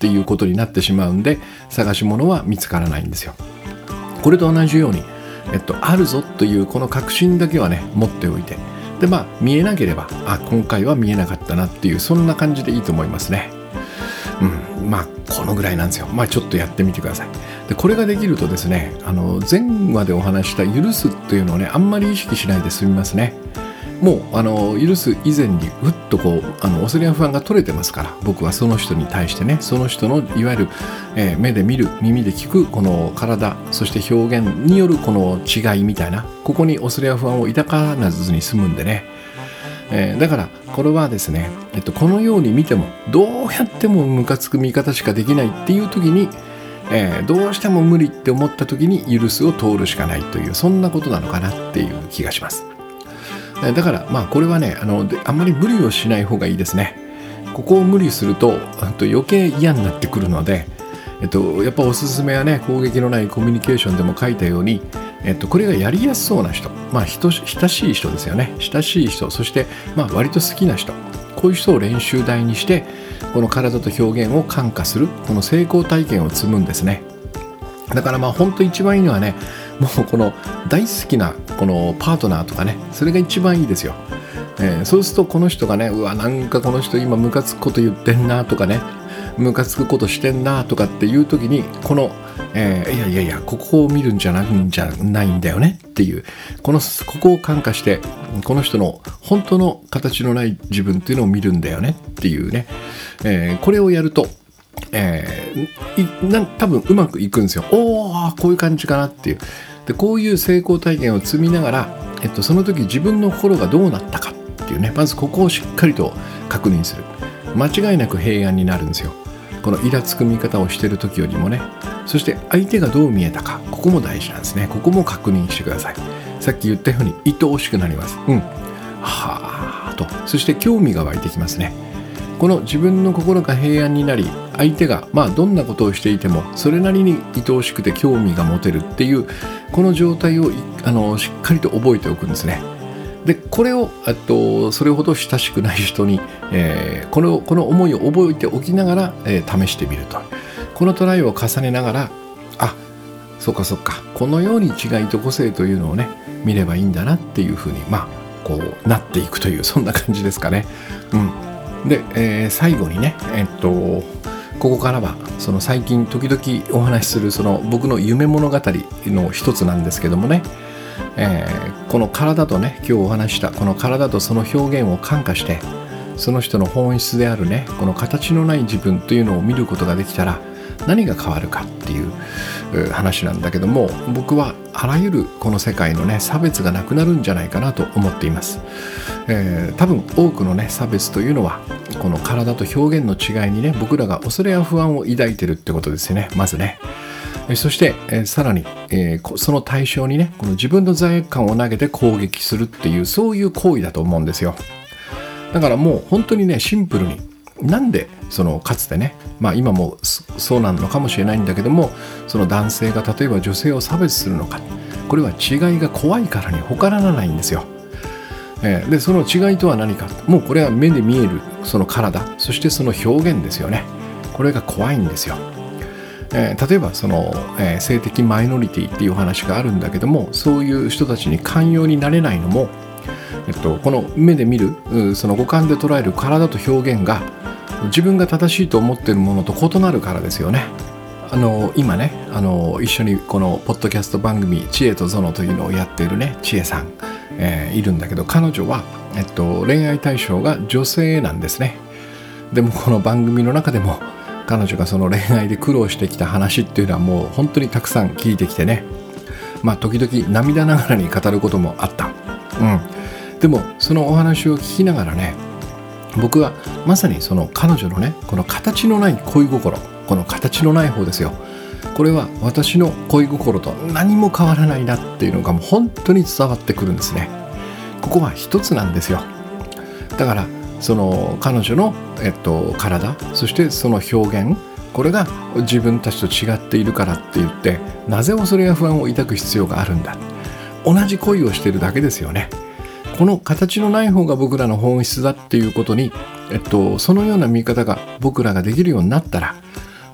っていうことになってしまうんで、探し物は見つからないんですよ。これと同じように、えっと、あるぞというこの確信だけはね持っておいて、でまあ見えなければ、あ今回は見えなかったなっていう、そんな感じでいいと思いますね。うん、まあこのぐらいなんですよ。まあちょっとやってみてください。でこれができるとですね、あの前話でお話した許すというのをねあんまり意識しないで済みますね。もうあの許す以前にうっとこうあの恐れや不安が取れてますから、僕はその人に対してね、その人のいわゆる、えー、目で見る耳で聞くこの体、そして表現によるこの違いみたいな、ここに恐れや不安を抱かなずに済むんでね、えー、だからこれはですね、えっと、このように見てもどうやってもムカつく見方しかできないっていう時に、えー、どうしても無理って思った時に許すを通るしかないという、そんなことなのかなっていう気がします。だからまあこれはね、あのあんまり無理をしない方がいいですね。ここを無理すると余計嫌になってくるので、えっと、やっぱおすすめはね、攻撃のないコミュニケーションでも書いたように、えっと、これがやりやすそうな人、まあ人親しい人ですよね。親しい人、そしてまあ割と好きな人、こういう人を練習台にしてこの体と表現を感化する、この成功体験を積むんですね。だからまあ本当一番いいのはね、もうこの大好きなこのパートナーとかね、それが一番いいですよ。えー、そうするとこの人がね、うわなんかこの人今ムカつくこと言ってんなとかね、ムカつくことしてんなとかっていう時に、この、えー、いやいやいやここを見るんじゃないんじゃないんだよねっていう、このここを感化して、この人の本当の形のない自分っていうのを見るんだよねっていうね、えー、これをやるとえー、な多分うまくいくんですよ。おーこういう感じかなっていう。でこういう成功体験を積みながら、えっと、その時自分の心がどうなったかっていうね、まずここをしっかりと確認する。間違いなく平安になるんですよ。このイラつく見方をしている時よりもね。そして相手がどう見えたか、ここも大事なんですね。ここも確認してください。さっき言ったように愛おしくなります。うんはーと、そして興味が湧いてきますね。この自分の心が平安になり、相手がまあどんなことをしていてもそれなりに愛おしくて興味が持てるっていう、この状態をあのしっかりと覚えておくんですね。でこれをあとそれほど親しくない人に、えー、このこの思いを覚えておきながら、えー、試してみると、このトライを重ねながら、あそうかそうか、このように違いと個性というのをね見ればいいんだなっていうふうにまあこうなっていくという、そんな感じですかね。うんで、えー、最後にね、えっとここからはその最近時々お話しするその僕の夢物語の一つなんですけどもね、えー、この体とね、今日お話したこの体とその表現を感化して、その人の本質であるね、この形のない自分というのを見ることができたら何が変わるかっていう話なんだけども、僕はあらゆるこの世界のね差別がなくなるんじゃないかなと思っています。えー、多分多くのね差別というのはこの体と表現の違いにね、僕らが恐れや不安を抱いてるってことですよね、まずね。えそして、えー、さらに、えー、その対象にね、この自分の罪悪感を投げて攻撃するっていう、そういう行為だと思うんですよ。だからもう本当にね、シンプルに、なんでそのかつてね、まあ今もそうなのかもしれないんだけども、その男性が例えば女性を差別するのか、これは違いが怖いからに他ならないんですよ。えー、でその違いとは何か、もうこれは目で見えるその体、そしてその表現ですよね。これが怖いんですよ。えー、例えばその、えー、性的マイノリティっていう話があるんだけども、そういう人たちに寛容になれないのも、えっと、この目で見るその五感で捉える体と表現が自分が正しいと思っているものと異なるからですよね。あの今ね、あの一緒にこのポッドキャスト番組知恵とゾノというのをやっているね、知恵さん、えー、いるんだけど、彼女は、えっと、恋愛対象が女性なんですね。でもこの番組の中でも彼女がその恋愛で苦労してきた話っていうのはもう本当にたくさん聞いてきてね、まあ時々涙ながらに語ることもあった。うんでもそのお話を聞きながらね、僕はまさにその彼女のね、この形のない恋心、この形のない方ですよ。これは私の恋心と何も変わらないなっていうのがもう本当に伝わってくるんですね。ここは一つなんですよ。だからその彼女の、えっと、体、そしてその表現、これが自分たちと違っているからって言って、なぜ恐れや不安を抱く必要があるんだ。同じ恋をしているだけですよね。この形のない方が僕らの本質だっていうことに、えっと、そのような見方が僕らができるようになったら、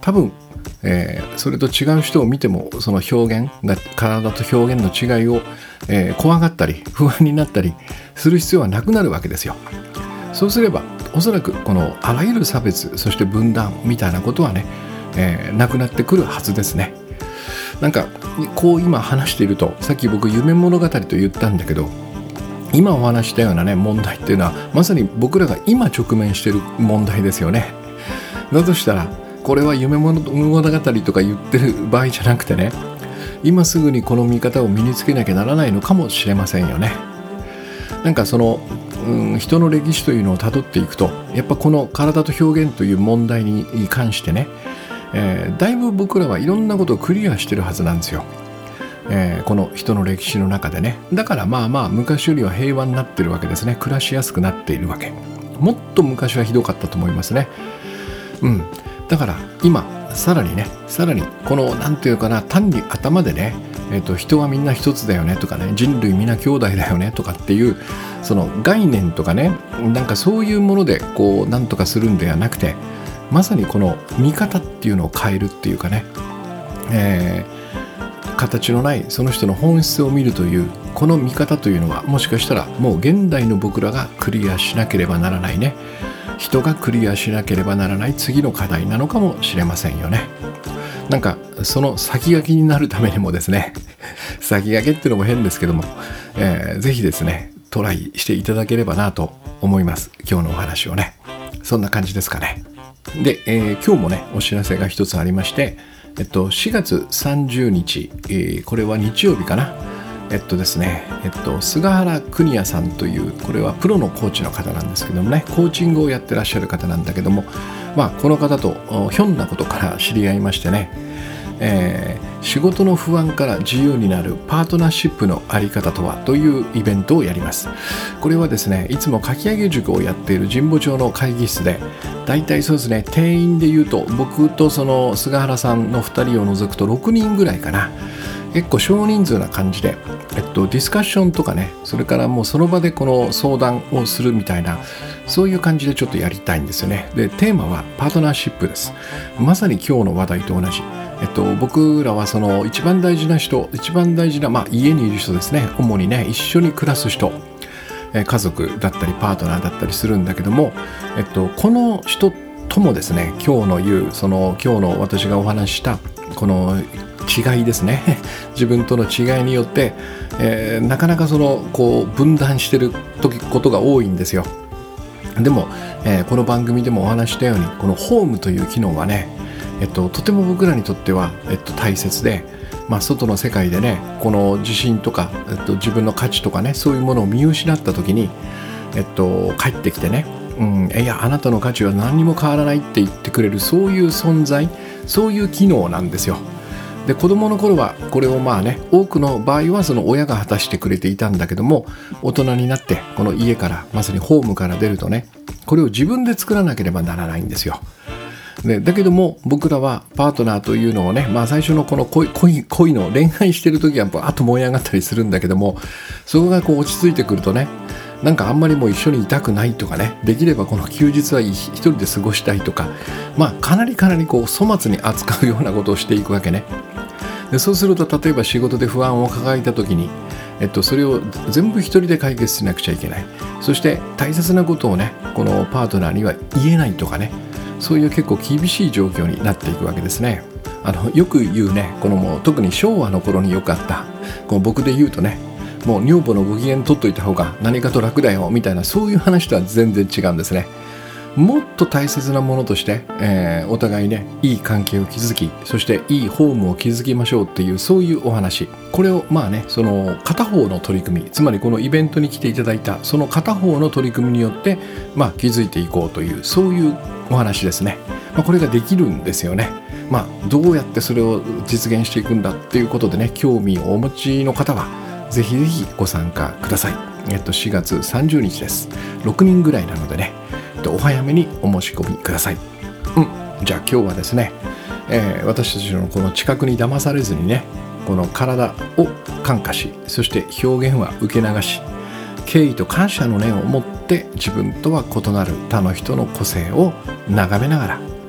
多分、えー、それと違う人を見てもその表現が体と表現の違いを、えー、怖がったり不安になったりする必要はなくなるわけですよ。そうすればおそらくこのあらゆる差別そして分断みたいなことはね、えー、なくなってくるはずですね。なんかこう今話していると、さっき僕夢物語と言ったんだけど、今お話したようなね問題っていうのはまさに僕らが今直面している問題ですよね。だとしたらこれは夢物語とか言ってる場合じゃなくてね、今すぐにこの見方を身につけなきゃならないのかもしれませんよね。なんかその、うん、人の歴史というのをたどっていくと、やっぱこの体と表現という問題に関してね、えー、だいぶ僕らはいろんなことをクリアしてるはずなんですよ。えー、この人の歴史の中でね。だからまあまあ昔よりは平和になってるわけですね。暮らしやすくなっているわけ。もっと昔はひどかったと思いますね。うん。だから今さらにね、さらにこのなんていうかな、単に頭でね、えーと、人はみんな一つだよねとかね、人類みんな兄弟だよねとかっていうその概念とかね、なんかそういうものでこうなんとかするんではなくて、まさにこの見方っていうのを変えるっていうかね、えー、形のないその人の本質を見るというこの見方というのは、もしかしたらもう現代の僕らがクリアしなければならないね、人がクリアしなければならない次の課題なのかもしれませんよね。なんかその先駆けになるためにもですね先駆けっていうのも変ですけども、えー、ぜひですねトライしていただければなと思います。今日のお話をね、そんな感じですかね。で、えー、今日もねお知らせが一つありまして、えっと、しがつさんじゅうにち、えー、これは日曜日かな。えっとですね、えっと、菅原邦也さんという、これはプロのコーチの方なんですけどもね、コーチングをやってらっしゃる方なんだけども、まあ、この方とひょんなことから知り合いましてね、えー、仕事の不安から自由になるパートナーシップのあり方とはというイベントをやります。これはですね、いつも書き上げ塾をやっている神保町の会議室で、だいたいそうですね、定員で言うと僕とその菅原さんのふたりを除くとろくにんぐらいかな。結構少人数な感じで、えっと、ディスカッションとかね、それからもうその場でこの相談をするみたいな、そういう感じでちょっとやりたいんですよね。で、テーマはパートナーシップです。まさに今日の話題と同じ。えっと、僕らはその一番大事な人、一番大事な、まあ、家にいる人ですね。主にね、一緒に暮らす人、え家族だったりパートナーだったりするんだけども、えっと、この人ともですね、今日の言う、その今日の私がお話ししたこの違いですね自分との違いによって、えー、なかなかそのこう分断してる時ことが多いんですよ。でも、えー、この番組でもお話したように、このホームという機能はね、えっと、とても僕らにとっては、えっと、大切で、まあ、外の世界でね、この自信とか、えっと、自分の価値とかね、そういうものを見失った時に、えっと、帰ってきてね、うん、いやあなたの価値は何にも変わらないって言ってくれる、そういう存在、そういう機能なんですよ。で、子供の頃はこれをまあね、多くの場合はその親が果たしてくれていたんだけども、大人になってこの家から、まさにホームから出るとね、これを自分で作らなければならないんですよ。で、だけども僕らはパートナーというのをね、まあ最初のこの 恋, 恋, 恋の恋愛してる時はバーッと燃え上がったりするんだけども、そこがこう落ち着いてくるとね、なんかあんまりもう一緒にいたくないとかね、できればこの休日は一人で過ごしたいとか、まあかなりかなりこう粗末に扱うようなことをしていくわけね。で、そうすると例えば仕事で不安を抱えた時に、えっと、それを全部一人で解決しなくちゃいけない。そして大切なことをね、このパートナーには言えないとかね、そういう結構厳しい状況になっていくわけですね。あのよく言うね、このもう特に昭和の頃によくあった、この僕で言うとね、もう女房のご機嫌取っといた方が何かと楽だよみたいな、そういう話とは全然違うんですね。もっと大切なものとして、えー、お互いね、いい関係を築き、そしていいホームを築きましょうっていう、そういうお話。これをまあね、その片方の取り組み、つまりこのイベントに来ていただいたその片方の取り組みによって、まあ、築いていこうという、そういうお話ですね。まあ、これができるんですよね。まあ、どうやってそれを実現していくんだっていうことでね、興味をお持ちの方はぜひぜひご参加ください。えっと、しがつさんじゅうにちです。ろくにんぐらいなのでね、お早めにお申し込みください。うん、じゃあ今日はですね、えー、私たちのこの知覚に騙されずにね、この体を感化し、そして表現は受け流し、敬意と感謝の念を持って自分とは異なる他の人の個性を眺めながら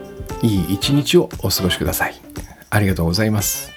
いい一日をお過ごしください。ありがとうございます。